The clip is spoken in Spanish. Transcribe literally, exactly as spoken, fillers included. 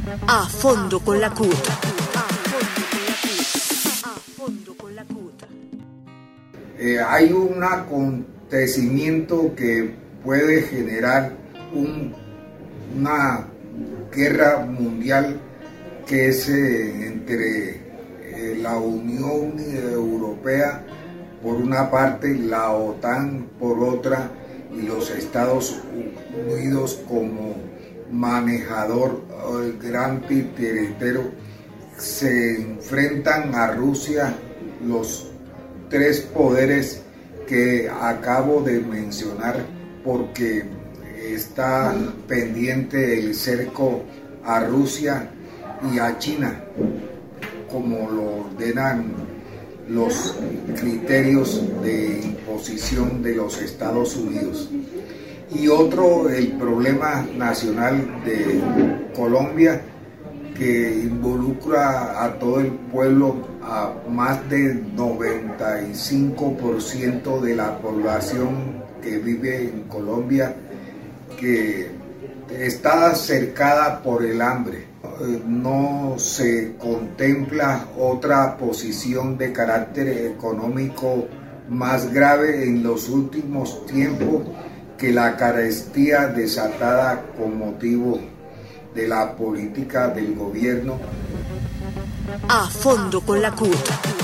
A fondo con la C U T. Eh, hay un acontecimiento que puede generar un, una guerra mundial, que es eh, entre eh, la Unión Europea por una parte, la OTAN por otra, y los Estados Unidos como manejador, el gran titiritero. Se enfrentan a Rusia los tres poderes que acabo de mencionar, porque está pendiente el cerco a Rusia y a China, como lo ordenan los criterios de imposición de los Estados Unidos. Y otro, el problema nacional de Colombia, que involucra a todo el pueblo, a más del noventa y cinco por ciento de la población que vive en Colombia, que está cercada por el hambre. No se contempla otra posición de carácter económico más grave en los últimos tiempos que la carestía desatada con motivo de la política del gobierno. A fondo con la C U T.